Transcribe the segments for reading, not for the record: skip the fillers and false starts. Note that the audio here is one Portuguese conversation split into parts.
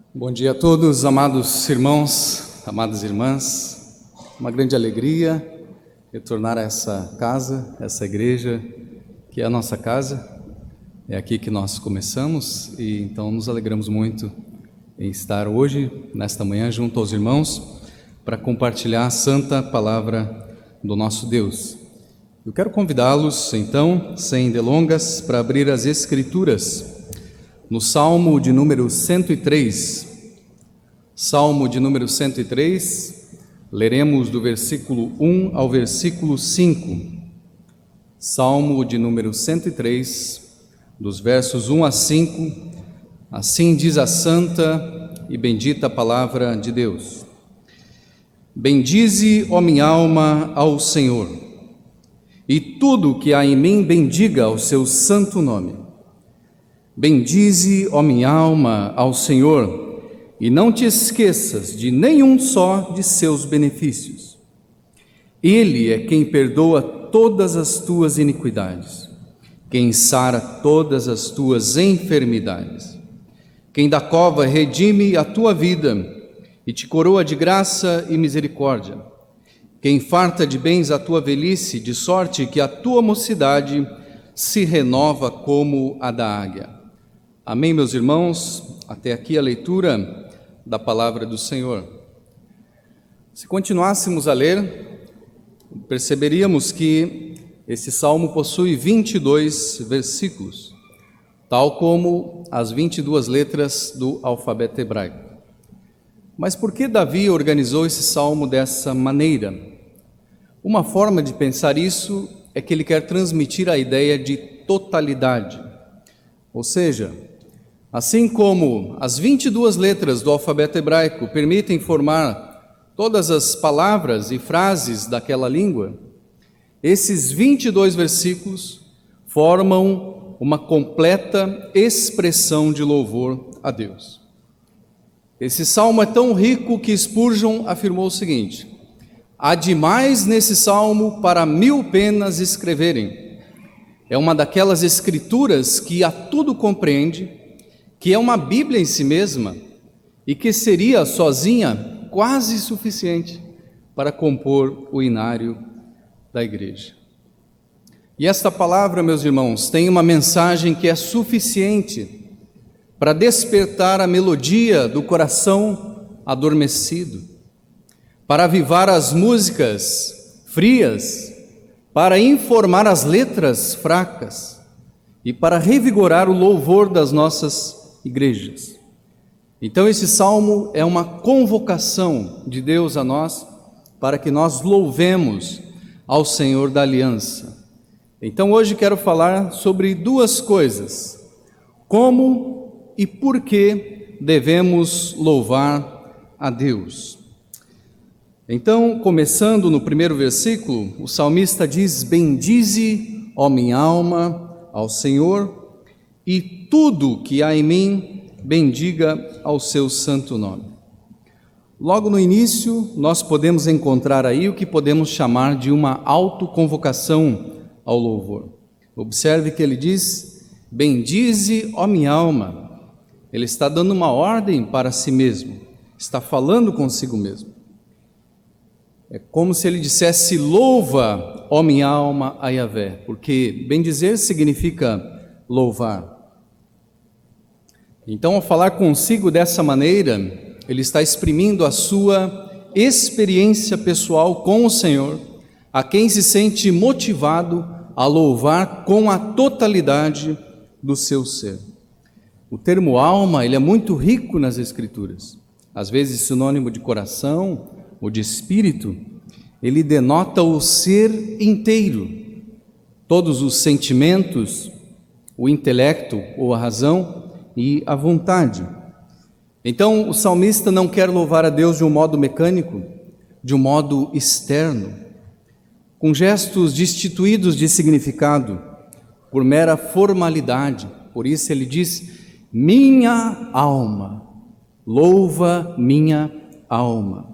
Bom dia a todos, amados irmãos, amadas irmãs. Uma grande alegria retornar a essa casa, essa igreja, que é a nossa casa. É aqui que nós começamos e então nos alegramos muito em estar hoje, nesta manhã, junto aos irmãos, para compartilhar a santa palavra do nosso Deus. Eu quero convidá-los, então, sem delongas, para abrir as Escrituras no Salmo de número 103. Salmo de número 103, leremos do versículo 1 ao versículo 5. Salmo de número 103, dos versos 1 a 5, assim diz a santa e bendita palavra de Deus. Bendize, ó minha alma, ao Senhor, e tudo que há em mim bendiga o seu santo nome. Bendize, ó minha alma, ao Senhor, e não te esqueças de nenhum só de seus benefícios. Ele é quem perdoa todas as tuas iniquidades, quem sara todas as tuas enfermidades, quem da cova redime a tua vida e te coroa de graça e misericórdia, quem farta de bens a tua velhice, de sorte que a tua mocidade se renova como a da águia. Amém, meus irmãos? Até aqui a leitura da palavra do Senhor. Se continuássemos a ler, perceberíamos que esse salmo possui 22 versículos, tal como as 22 letras do alfabeto hebraico. Mas por que Davi organizou esse salmo dessa maneira? Uma forma de pensar isso é que ele quer transmitir a ideia de totalidade, ou seja, assim como as 22 letras do alfabeto hebraico permitem formar todas as palavras e frases daquela língua, esses 22 versículos formam uma completa expressão de louvor a Deus. Esse salmo é tão rico que Spurgeon afirmou o seguinte: há demais nesse salmo para 1000 penas escreverem. É uma daquelas escrituras que a tudo compreende, que é uma Bíblia em si mesma e que seria sozinha quase suficiente para compor o inário da igreja. E esta palavra, meus irmãos, tem uma mensagem que é suficiente para despertar a melodia do coração adormecido, para avivar as músicas frias, para informar as letras fracas e para revigorar o louvor das nossas igrejas. Então esse salmo é uma convocação de Deus a nós para que nós louvemos ao Senhor da aliança. Então hoje quero falar sobre duas coisas: como e por que devemos louvar a Deus. Então, começando no primeiro versículo, o salmista diz: bendize, ó minha alma, ao Senhor, e tudo que há em mim bendiga ao seu santo nome. Logo no início, nós podemos encontrar aí o que podemos chamar de uma autoconvocação ao louvor. Observe que ele diz: bendize, ó minha alma. Ele está dando uma ordem para si mesmo, está falando consigo mesmo. É como se ele dissesse: louva, ó minha alma, a Yahvé, porque bendizer significa louvar. Então, ao falar consigo dessa maneira, ele está exprimindo a sua experiência pessoal com o Senhor, a quem se sente motivado a louvar com a totalidade do seu ser. O termo alma, ele é muito rico nas Escrituras. Às vezes sinônimo de coração ou de espírito, ele denota o ser inteiro, todos os sentimentos, o intelecto ou a razão e a vontade. Então o salmista não quer louvar a Deus de um modo mecânico, de um modo externo, com gestos destituídos de significado, por mera formalidade. Por isso ele diz: minha alma, louva minha alma.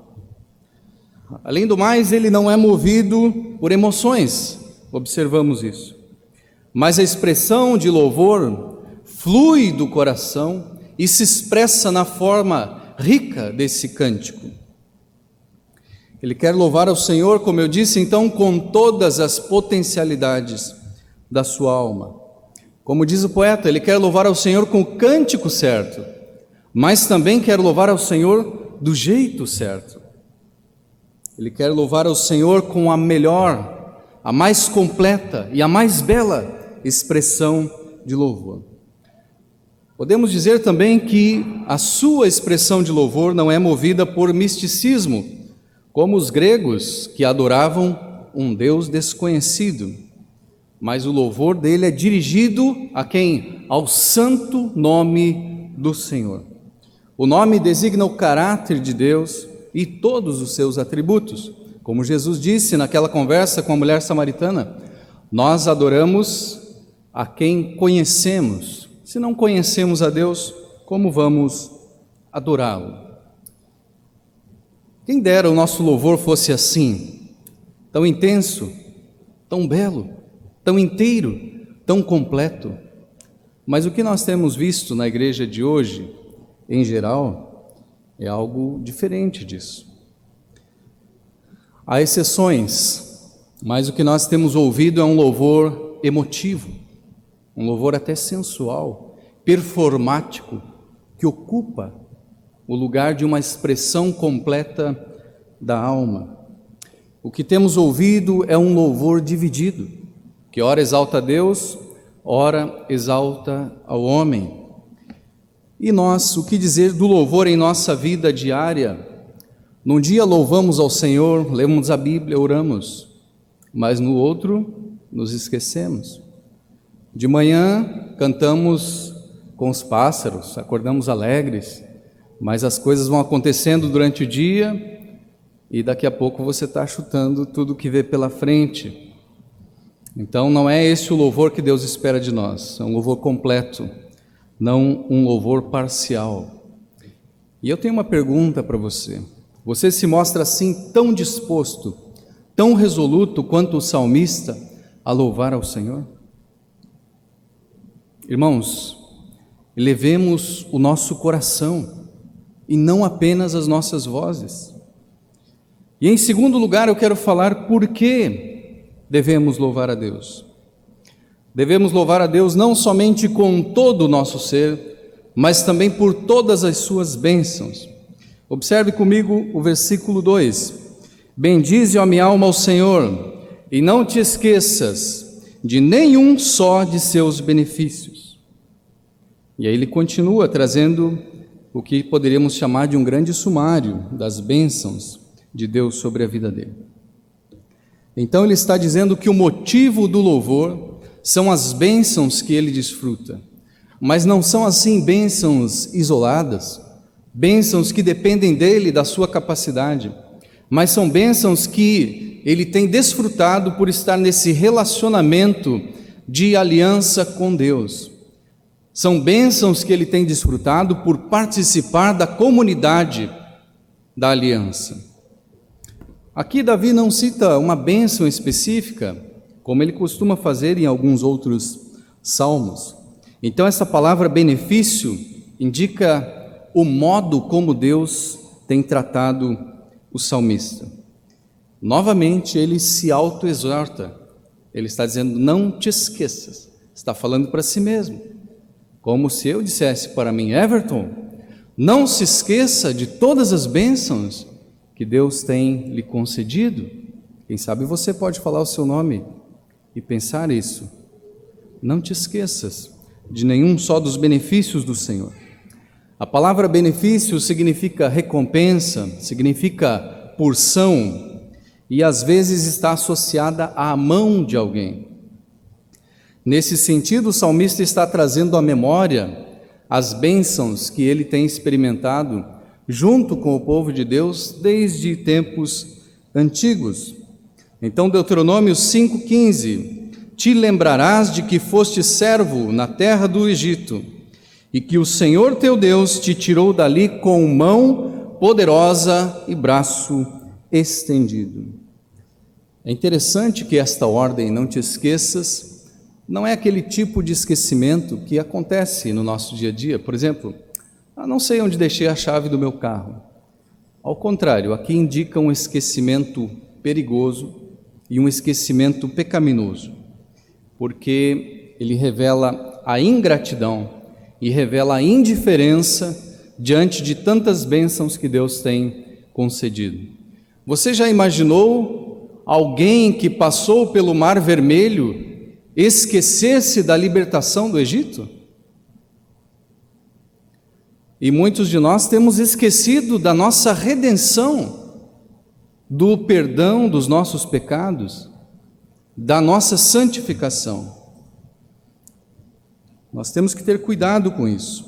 Além do mais, ele não é movido por emoções, observamos isso. Mas a expressão de louvor flui do coração e se expressa na forma rica desse cântico. Ele quer louvar ao Senhor, como eu disse, então, com todas as potencialidades da sua alma. Como diz o poeta, ele quer louvar ao Senhor com o cântico certo, mas também quer louvar ao Senhor do jeito certo. Ele quer louvar ao Senhor com a melhor, a mais completa e a mais bela expressão de louvor. Podemos dizer também que a sua expressão de louvor não é movida por misticismo, como os gregos que adoravam um Deus desconhecido, mas o louvor dele é dirigido a quem? Ao santo nome do Senhor. O nome designa o caráter de Deus e todos os seus atributos. Como Jesus disse naquela conversa com a mulher samaritana, nós adoramos a quem conhecemos. Se não conhecemos a Deus, como vamos adorá-lo? Quem dera o nosso louvor fosse assim, tão intenso, tão belo, tão inteiro, tão completo. Mas o que nós temos visto na igreja de hoje, em geral, é algo diferente disso. Há exceções, mas o que nós temos ouvido é um louvor emotivo, um louvor até sensual, performático, que ocupa o lugar de uma expressão completa da alma. O que temos ouvido é um louvor dividido, que ora exalta a Deus, ora exalta ao homem. E nós, o que dizer do louvor em nossa vida diária? Num dia louvamos ao Senhor, lemos a Bíblia, oramos, mas no outro nos esquecemos. De manhã cantamos com os pássaros, acordamos alegres, mas as coisas vão acontecendo durante o dia e daqui a pouco você está chutando tudo que vê pela frente. Então não é esse o louvor que Deus espera de nós, é um louvor completo, não um louvor parcial. E eu tenho uma pergunta para você. Você se mostra assim tão disposto, tão resoluto quanto o salmista a louvar ao Senhor? Irmãos, elevemos o nosso coração e não apenas as nossas vozes. E em segundo lugar, eu quero falar por que devemos louvar a Deus. Devemos louvar a Deus não somente com todo o nosso ser, mas também por todas as suas bênçãos. Observe comigo o versículo 2. Bendize, ó minha alma, ao Senhor, e não te esqueças de nenhum só de seus benefícios. E aí ele continua trazendo o que poderíamos chamar de um grande sumário das bênçãos de Deus sobre a vida dele. Então ele está dizendo que o motivo do louvor são as bênçãos que ele desfruta, mas não são assim bênçãos isoladas, bênçãos que dependem dele, da sua capacidade, mas são bênçãos que ele tem desfrutado por estar nesse relacionamento de aliança com Deus. São bênçãos que ele tem desfrutado por participar da comunidade da aliança. Aqui Davi não cita uma bênção específica, como ele costuma fazer em alguns outros salmos. Então essa palavra benefício indica o modo como Deus tem tratado o salmista. Novamente ele se auto-exorta, ele está dizendo, não te esqueças, está falando para si mesmo. Como se eu dissesse para mim, Everton, não se esqueça de todas as bênçãos que Deus tem lhe concedido. Quem sabe você pode falar o seu nome e pensar isso. Não te esqueças de nenhum só dos benefícios do Senhor. A palavra benefício significa recompensa, significa porção, e às vezes está associada à mão de alguém. Nesse sentido, o salmista está trazendo à memória as bênçãos que ele tem experimentado junto com o povo de Deus desde tempos antigos. Então, Deuteronômio 5,15: Te lembrarás de que foste servo na terra do Egito, e que o Senhor teu Deus te tirou dali com mão poderosa e braço estendido. É interessante que esta ordem, não te esqueças, não é aquele tipo de esquecimento que acontece no nosso dia a dia. Por exemplo, Não sei onde deixei a chave do meu carro. Ao contrário, aqui indica um esquecimento perigoso e um esquecimento pecaminoso, porque ele revela a ingratidão e revela a indiferença diante de tantas bênçãos que Deus tem concedido. Você já imaginou alguém que passou pelo Mar Vermelho esquecer-se da libertação do Egito? E muitos de nós temos esquecido da nossa redenção, do perdão dos nossos pecados, da nossa santificação. Nós temos que ter cuidado com isso.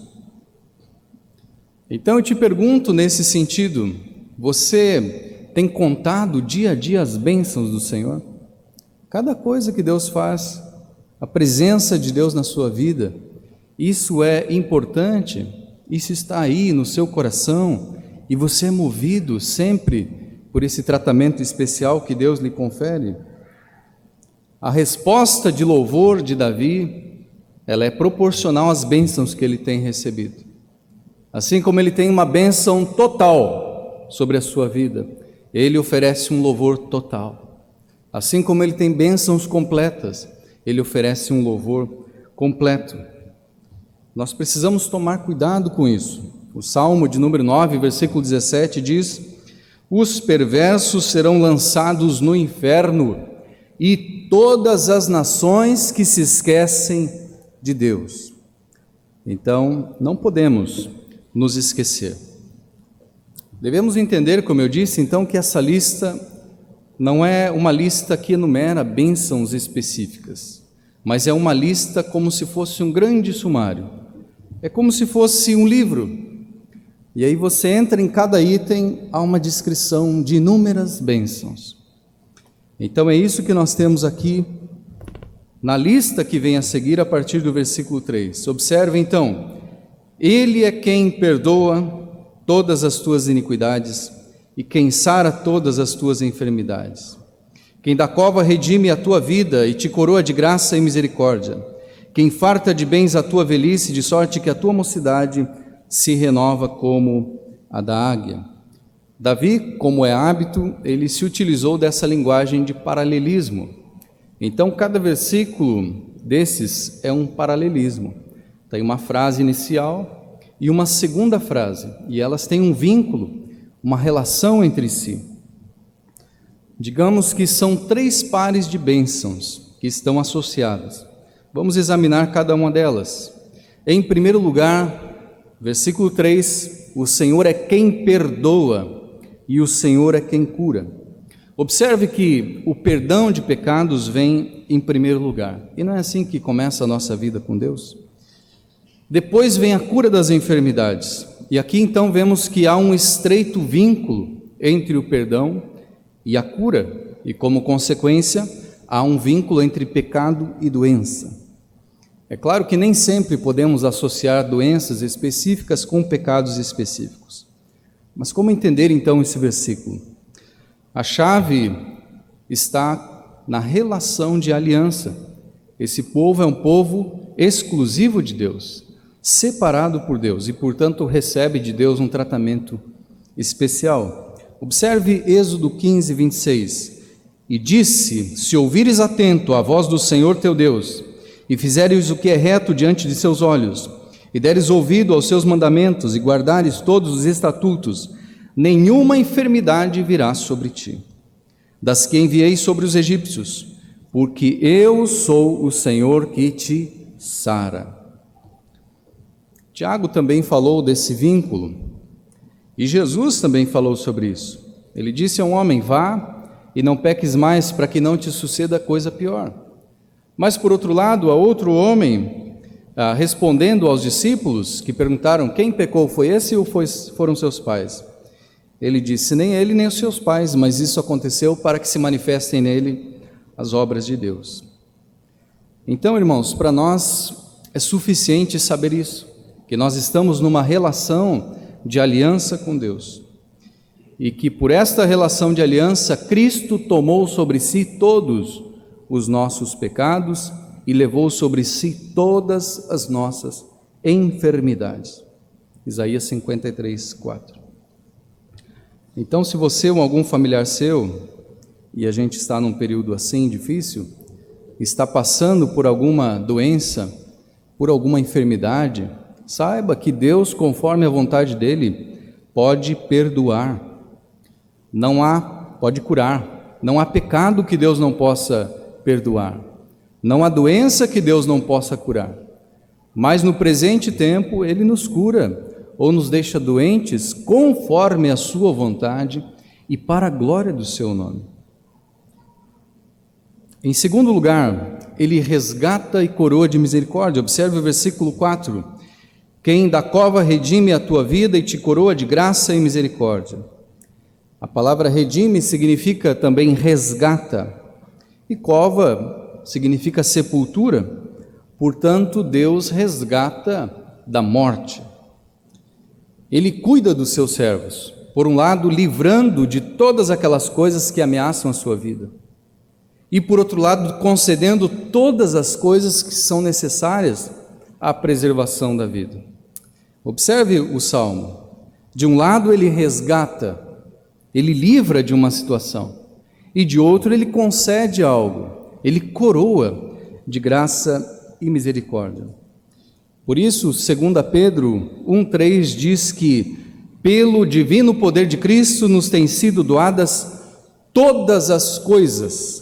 Então eu te pergunto nesse sentido, você tem contado dia a dia as bênçãos do Senhor? Cada coisa que Deus faz, a presença de Deus na sua vida, isso é importante, isso está aí no seu coração e você é movido sempre por esse tratamento especial que Deus lhe confere. A resposta de louvor de Davi, ela é proporcional às bênçãos que ele tem recebido. Assim como ele tem uma bênção total sobre a sua vida, ele oferece um louvor total. Assim como ele tem bênçãos completas, ele oferece um louvor completo. Nós precisamos tomar cuidado com isso. O Salmo de número 9, versículo 17 diz: os perversos serão lançados no inferno e todas as nações que se esquecem de Deus. Então, não podemos nos esquecer. Devemos entender, como eu disse, então, que essa lista não é uma lista que enumera bênçãos específicas, mas é uma lista como se fosse um grande sumário. É como se fosse um livro. E aí você entra em cada item, há uma descrição de inúmeras bênçãos. Então é isso que nós temos aqui na lista que vem a seguir a partir do versículo 3. Observe então: Ele é quem perdoa todas as tuas iniquidades e quem sara todas as tuas enfermidades. Quem da cova redime a tua vida e te coroa de graça e misericórdia. Quem farta de bens a tua velhice, de sorte que a tua mocidade se renova como a da águia. Davi, como é hábito, ele se utilizou dessa linguagem de paralelismo. Então, cada versículo desses é um paralelismo. Tem uma frase inicial e uma segunda frase, e elas têm um vínculo, uma relação entre si. Digamos que são 3 pares de bênçãos que estão associadas. Vamos examinar cada uma delas. Em primeiro lugar, versículo 3, o Senhor é quem perdoa e o Senhor é quem cura. Observe que o perdão de pecados vem em primeiro lugar. E não é assim que começa a nossa vida com Deus? Depois vem a cura das enfermidades. E aqui então vemos que há um estreito vínculo entre o perdão e a cura. E como consequência, há um vínculo entre pecado e doença. É claro que nem sempre podemos associar doenças específicas com pecados específicos. Mas como entender então esse versículo? A chave está na relação de aliança. Esse povo é um povo exclusivo de Deus, separado por Deus e, portanto, recebe de Deus um tratamento especial. Observe Êxodo 15, 26. E disse: se ouvires atento à voz do Senhor teu Deus, e fizeres o que é reto diante de seus olhos, e deres ouvido aos seus mandamentos, e guardares todos os estatutos, nenhuma enfermidade virá sobre ti, das que enviei sobre os egípcios, porque eu sou o Senhor que te sara. Tiago também falou desse vínculo, e Jesus também falou sobre isso. Ele disse a um homem: vá e não peques mais, para que não te suceda coisa pior. Mas, por outro lado, há outro homem, respondendo aos discípulos, que perguntaram: quem pecou, foi esse ou foram seus pais? Ele disse: nem ele nem os seus pais, mas isso aconteceu para que se manifestem nele as obras de Deus. Então, irmãos, para nós é suficiente saber isso, que nós estamos numa relação de aliança com Deus, e que por esta relação de aliança, Cristo tomou sobre si todos os nossos pecados e levou sobre si todas as nossas enfermidades. Isaías 53, 4. Então, se você ou algum familiar seu, e a gente está num período assim difícil, está passando por alguma doença, por alguma enfermidade, saiba que Deus, conforme a vontade dele, pode perdoar, pode curar, não há pecado que Deus não possa perdoar, não há doença que Deus não possa curar, mas no presente tempo Ele nos cura ou nos deixa doentes conforme a sua vontade e para a glória do seu nome. Em segundo lugar, Ele resgata e coroa de misericórdia. Observe o versículo 4. Quem da cova redime a tua vida e te coroa de graça e misericórdia. A palavra redime significa também resgata, e cova significa sepultura, portanto Deus resgata da morte. Ele cuida dos seus servos, por um lado livrando de todas aquelas coisas que ameaçam a sua vida, e por outro lado concedendo todas as coisas que são necessárias à preservação da vida. Observe o Salmo. De um lado ele resgata, ele livra de uma situação, e de outro ele concede algo, ele coroa de graça e misericórdia. Por isso, 2 Pedro 1,3 diz que pelo divino poder de Cristo nos têm sido doadas todas as coisas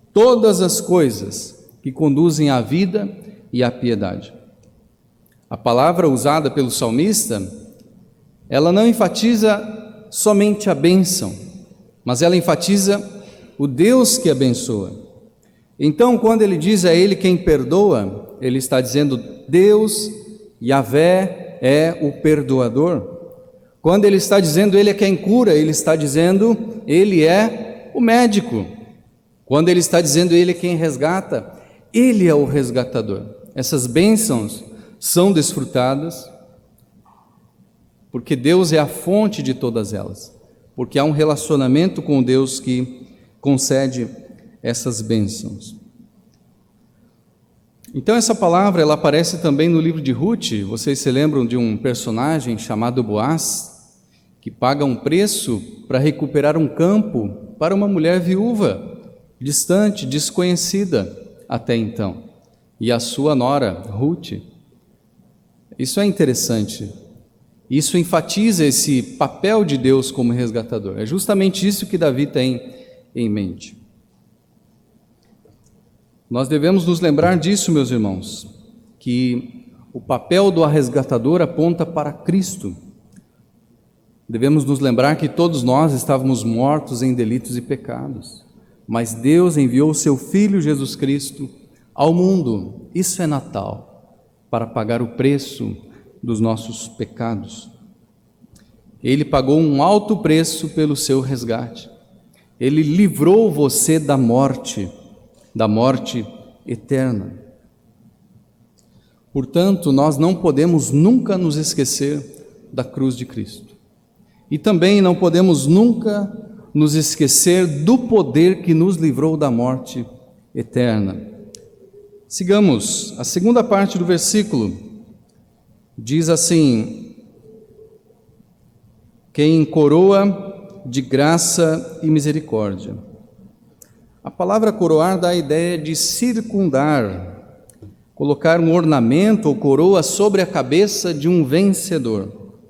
que conduzem à vida e à piedade. A palavra usada pelo salmista, ela não enfatiza somente a bênção, mas ela enfatiza o Deus que abençoa. Então, quando ele diz a ele quem perdoa, ele está dizendo Deus, Yahvé, é o perdoador. Quando ele está dizendo ele é quem cura, ele está dizendo ele é o médico. Quando ele está dizendo ele é quem resgata, ele é o resgatador. Essas bênçãos são desfrutadas porque Deus é a fonte de todas elas, porque há um relacionamento com Deus que concede essas bênçãos. Então essa palavra ela aparece também no livro de Ruth. Vocês se lembram de um personagem chamado Boaz, que paga um preço para recuperar um campo para uma mulher viúva, distante, desconhecida até então, e a sua nora, Ruth. Isso é interessante, isso enfatiza esse papel de Deus como resgatador. É justamente isso que Davi tem em mente. Nós devemos nos lembrar disso, meus irmãos, que o papel do resgatador aponta para Cristo. Devemos nos lembrar que todos nós estávamos mortos em delitos e pecados, mas Deus enviou o seu Filho Jesus Cristo ao mundo, isso é Natal, para pagar o preço dos nossos pecados. Ele pagou um alto preço pelo seu resgate. Ele livrou você da morte eterna. Portanto, nós não podemos nunca nos esquecer da cruz de Cristo. E também não podemos nunca nos esquecer do poder que nos livrou da morte eterna. Sigamos, a segunda parte do versículo diz assim: quem coroa de graça e misericórdia. A palavra coroar dá a ideia de circundar, colocar um ornamento ou coroa sobre a cabeça de um vencedor.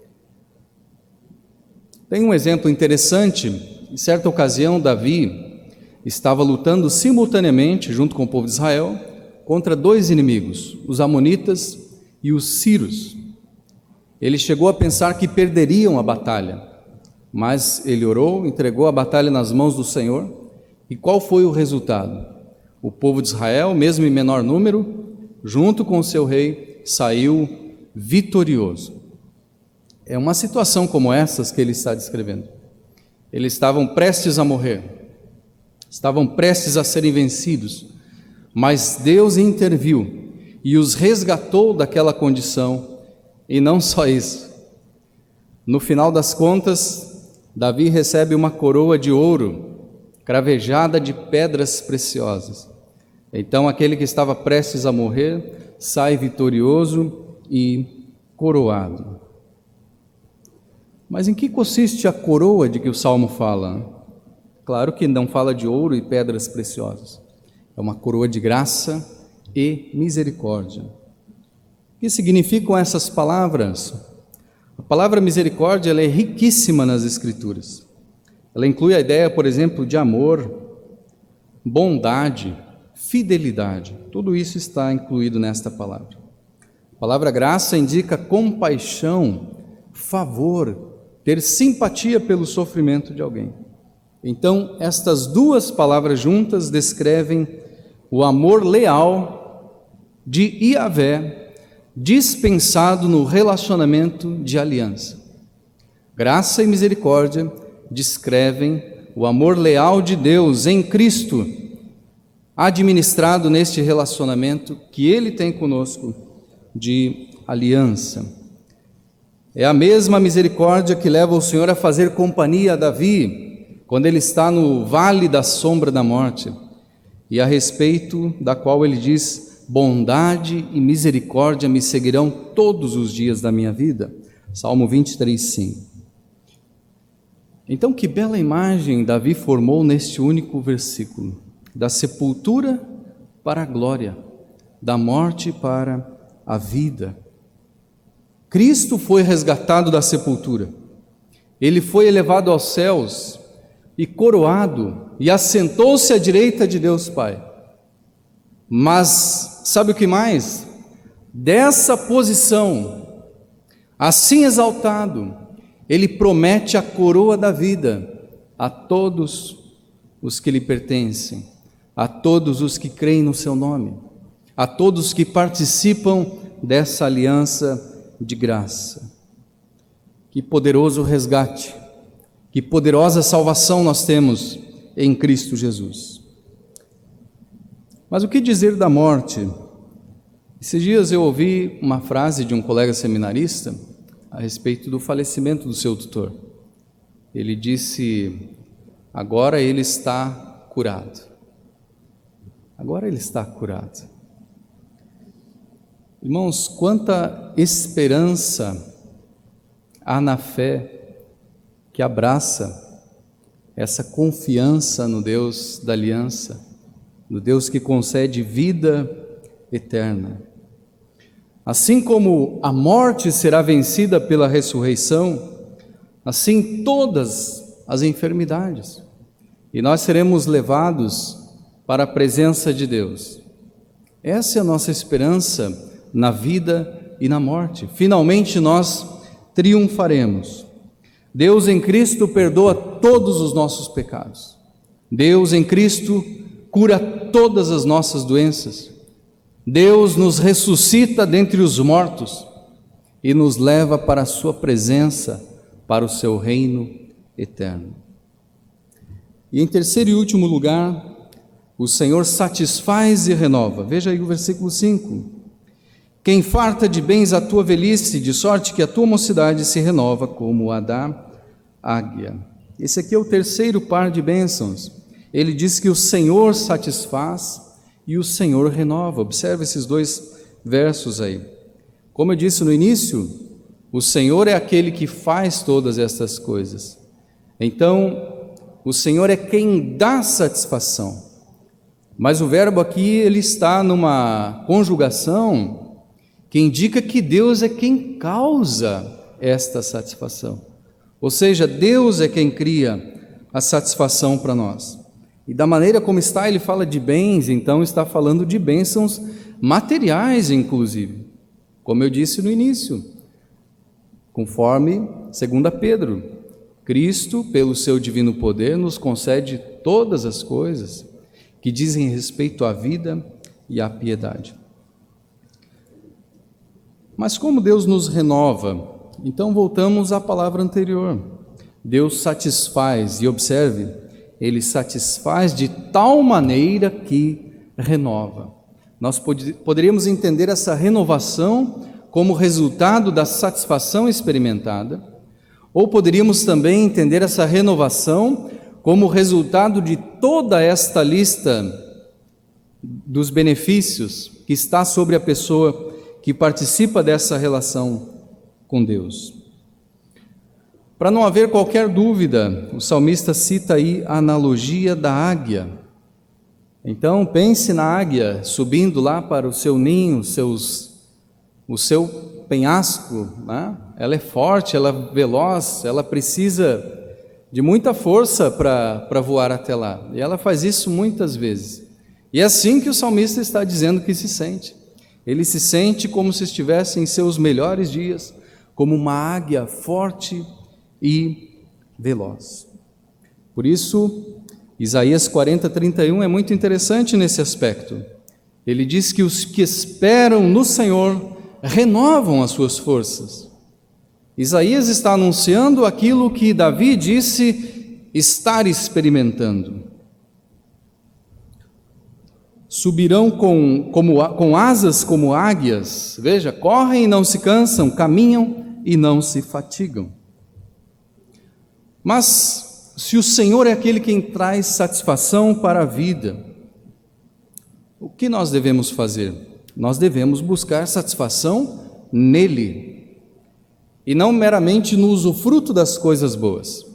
Tem um exemplo interessante. Em certa ocasião, Davi estava lutando simultaneamente, junto com o povo de Israel, contra dois inimigos, os amonitas e os sírios. Ele chegou a pensar que perderiam a batalha, mas ele orou, entregou a batalha nas mãos do Senhor. E qual foi o resultado? O povo de Israel, mesmo em menor número, junto com o seu rei, saiu vitorioso. É uma situação como essas que ele está descrevendo. Eles estavam prestes a morrer, estavam prestes a serem vencidos, mas Deus interviu e os resgatou daquela condição. E não só isso, no final das contas, Davi recebe uma coroa de ouro, cravejada de pedras preciosas. Então aquele que estava prestes a morrer sai vitorioso e coroado. Mas em que consiste a coroa de que o Salmo fala? Claro que não fala de ouro e pedras preciosas. É uma coroa de graça e misericórdia. O que significam essas palavras? A palavra misericórdia ela é riquíssima nas Escrituras. Ela inclui a ideia, por exemplo, de amor, bondade, fidelidade. Tudo isso está incluído nesta palavra. A palavra graça indica compaixão, favor, ter simpatia pelo sofrimento de alguém. Então, estas duas palavras juntas descrevem o amor leal de Yahvé, dispensado no relacionamento de aliança. Graça e misericórdia descrevem o amor leal de Deus em Cristo, administrado neste relacionamento que Ele tem conosco de aliança. É a mesma misericórdia que leva o Senhor a fazer companhia a Davi, quando ele está no vale da sombra da morte, e a respeito da qual ele diz: bondade e misericórdia me seguirão todos os dias da minha vida. Salmo 23:5. Então, que bela imagem Davi formou neste único versículo: da sepultura para a glória, da morte para a vida. Cristo foi resgatado da sepultura, Ele foi elevado aos céus e coroado e assentou-se à direita de Deus Pai. Mas, sabe o que mais? Dessa posição, assim exaltado, Ele promete a coroa da vida a todos os que lhe pertencem, a todos os que creem no seu nome, a todos que participam dessa aliança de graça. Que poderoso resgate, que poderosa salvação nós temos em Cristo Jesus. Mas o que dizer da morte? Esses dias eu ouvi uma frase de um colega seminarista a respeito do falecimento do seu tutor. Ele disse: agora ele está curado. Agora ele está curado. Irmãos, quanta esperança há na fé que abraça essa confiança no Deus da aliança, no Deus que concede vida eterna. Assim como a morte será vencida pela ressurreição, assim todas as enfermidades, e nós seremos levados para a presença de Deus. Essa é a nossa esperança na vida e na morte. Finalmente nós triunfaremos. Deus em Cristo perdoa todos os nossos pecados. Deus em Cristo cura todas as nossas doenças. Deus nos ressuscita dentre os mortos e nos leva para a sua presença, para o seu reino eterno. E em terceiro e último lugar, o Senhor satisfaz e renova. Veja aí o versículo 5. Quem farta de bens a tua velhice, de sorte que a tua mocidade se renova como a da águia. Esse aqui é o terceiro par de bênçãos. Ele diz que o Senhor satisfaz e o Senhor renova. Observe esses dois versos aí. Como eu disse no início, o Senhor é aquele que faz todas estas coisas. Então, o Senhor é quem dá satisfação. Mas o verbo aqui, ele está numa conjugação que indica que Deus é quem causa esta satisfação. Ou seja, Deus é quem cria a satisfação para nós. E da maneira como está, ele fala de bens, então está falando de bênçãos materiais, inclusive. Como eu disse no início, conforme 2 Pedro, Cristo, pelo seu divino poder, nos concede todas as coisas que dizem respeito à vida e à piedade. Mas como Deus nos renova? Então voltamos à palavra anterior. Deus satisfaz, e observe, Ele satisfaz de tal maneira que renova. Nós poderíamos entender essa renovação como resultado da satisfação experimentada, ou poderíamos também entender essa renovação como resultado de toda esta lista dos benefícios que está sobre a pessoa que participa dessa relação com Deus. Para não haver qualquer dúvida, o salmista cita aí a analogia da águia. Então pense na águia subindo lá para o seu ninho, o seu penhasco, né? Ela é forte, ela é veloz, ela precisa de muita força para voar até lá. E ela faz isso muitas vezes. E é assim que o salmista está dizendo que se sente. Ele se sente como se estivesse em seus melhores dias, como uma águia forte e veloz. Por isso, Isaías 40:31 é muito interessante nesse aspecto. Ele diz que os que esperam no Senhor renovam as suas forças. Isaías está anunciando aquilo que Davi disse estar experimentando. Subirão com asas como águias, veja, correm e não se cansam, caminham e não se fatigam. Mas, se o Senhor é aquele quem traz satisfação para a vida, o que nós devemos fazer? Nós devemos buscar satisfação nele, e não meramente no usufruto das coisas boas.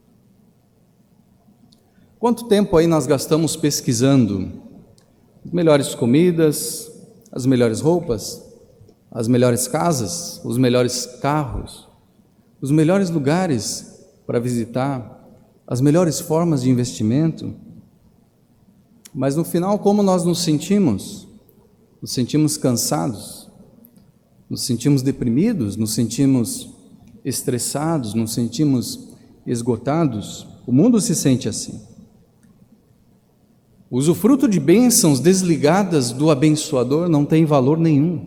Quanto tempo aí nós gastamos pesquisando as melhores comidas, as melhores roupas, as melhores casas, os melhores carros, os melhores lugares para visitar, as melhores formas de investimento? Mas no final, como nós nos sentimos? Nos sentimos cansados, nos sentimos deprimidos, nos sentimos estressados, nos sentimos esgotados. O mundo se sente assim. O usufruto de bênçãos desligadas do abençoador não tem valor nenhum.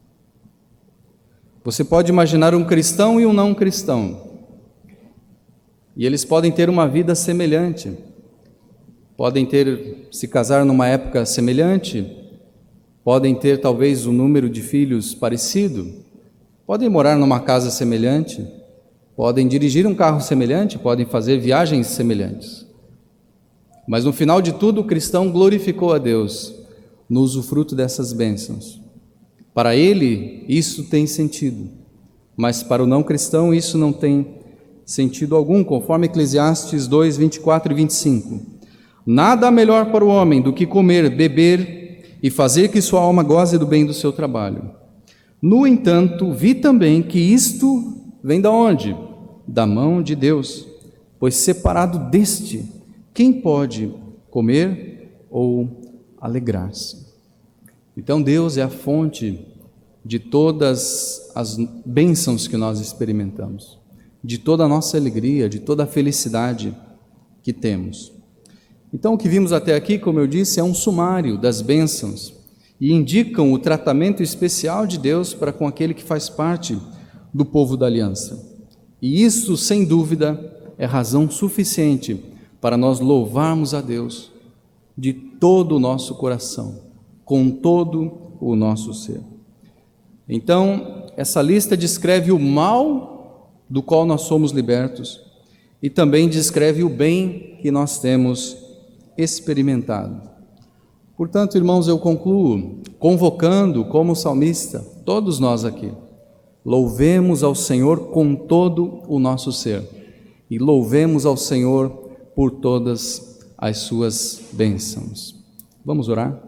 Você pode imaginar um cristão e um não cristão, e eles podem ter uma vida semelhante, podem se casar numa época semelhante, podem ter talvez um número de filhos parecido, podem morar numa casa semelhante, podem dirigir um carro semelhante, podem fazer viagens semelhantes. Mas no final de tudo, o cristão glorificou a Deus no usufruto dessas bênçãos. Para ele, isso tem sentido, mas para o não cristão, isso não tem sentido algum, conforme Eclesiastes 2, 24 e 25. Nada melhor para o homem do que comer, beber e fazer que sua alma goze do bem do seu trabalho. No entanto, vi também que isto vem da onde? Da mão de Deus, pois separado deste, quem pode comer ou alegrar-se? Então Deus é a fonte de todas as bênçãos que nós experimentamos, de toda a nossa alegria, de toda a felicidade que temos. Então o que vimos até aqui, como eu disse, é um sumário das bênçãos e indicam o tratamento especial de Deus para com aquele que faz parte do povo da aliança. E isso, sem dúvida, é razão suficiente para nós louvarmos a Deus de todo o nosso coração, com todo o nosso ser. Então, essa lista descreve o mal do qual nós somos libertos e também descreve o bem que nós temos experimentado. Portanto, irmãos, eu concluo convocando, como salmista, todos nós aqui, louvemos ao Senhor com todo o nosso ser e louvemos ao Senhor por todas as suas bênçãos. Vamos orar?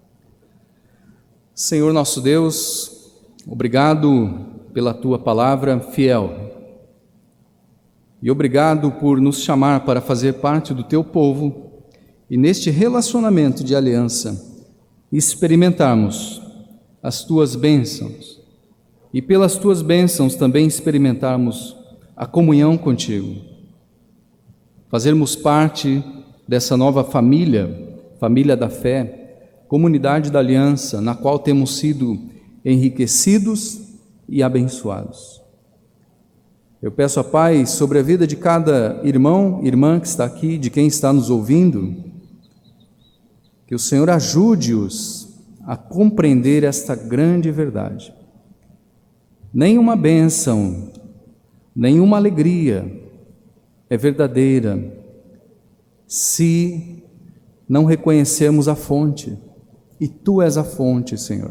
Senhor nosso Deus, obrigado pela Tua palavra fiel e obrigado por nos chamar para fazer parte do Teu povo e neste relacionamento de aliança experimentarmos as Tuas bênçãos e pelas Tuas bênçãos também experimentarmos a comunhão contigo, fazermos parte dessa nova família, família da fé, comunidade da aliança, na qual temos sido enriquecidos e abençoados. Eu peço a Pai sobre a vida de cada irmão, irmã que está aqui, de quem está nos ouvindo, que o Senhor ajude-os a compreender esta grande verdade. Nenhuma bênção, nenhuma alegria é verdadeira se não reconhecermos a fonte, e Tu és a fonte, Senhor.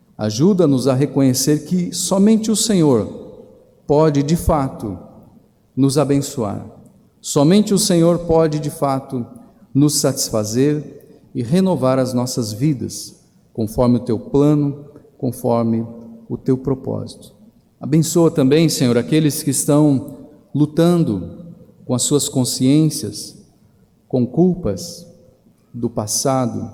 Ajuda-nos a reconhecer que somente o Senhor pode, de fato, nos abençoar. Somente o Senhor pode, de fato, nos satisfazer e renovar as nossas vidas, conforme o teu plano, conforme o teu propósito. Abençoa também, Senhor, aqueles que estão lutando com as suas consciências, com culpas do passado.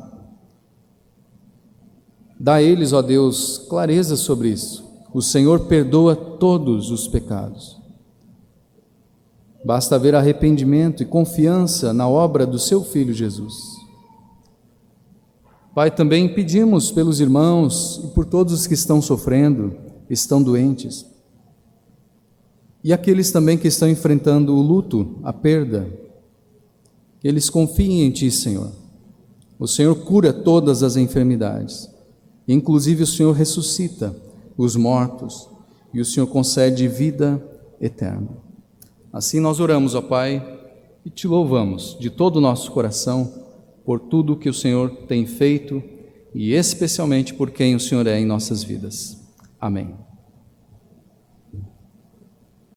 Dá a eles, ó Deus, clareza sobre isso. O Senhor perdoa todos os pecados. Basta haver arrependimento e confiança na obra do seu Filho Jesus. Pai, também pedimos pelos irmãos e por todos os que estão sofrendo, estão doentes. E aqueles também que estão enfrentando o luto, a perda, que eles confiem em Ti, Senhor. O Senhor cura todas as enfermidades. Inclusive o Senhor ressuscita os mortos e o Senhor concede vida eterna. Assim nós oramos, ó Pai, e Te louvamos de todo o nosso coração por tudo que o Senhor tem feito e especialmente por quem o Senhor é em nossas vidas. Amém.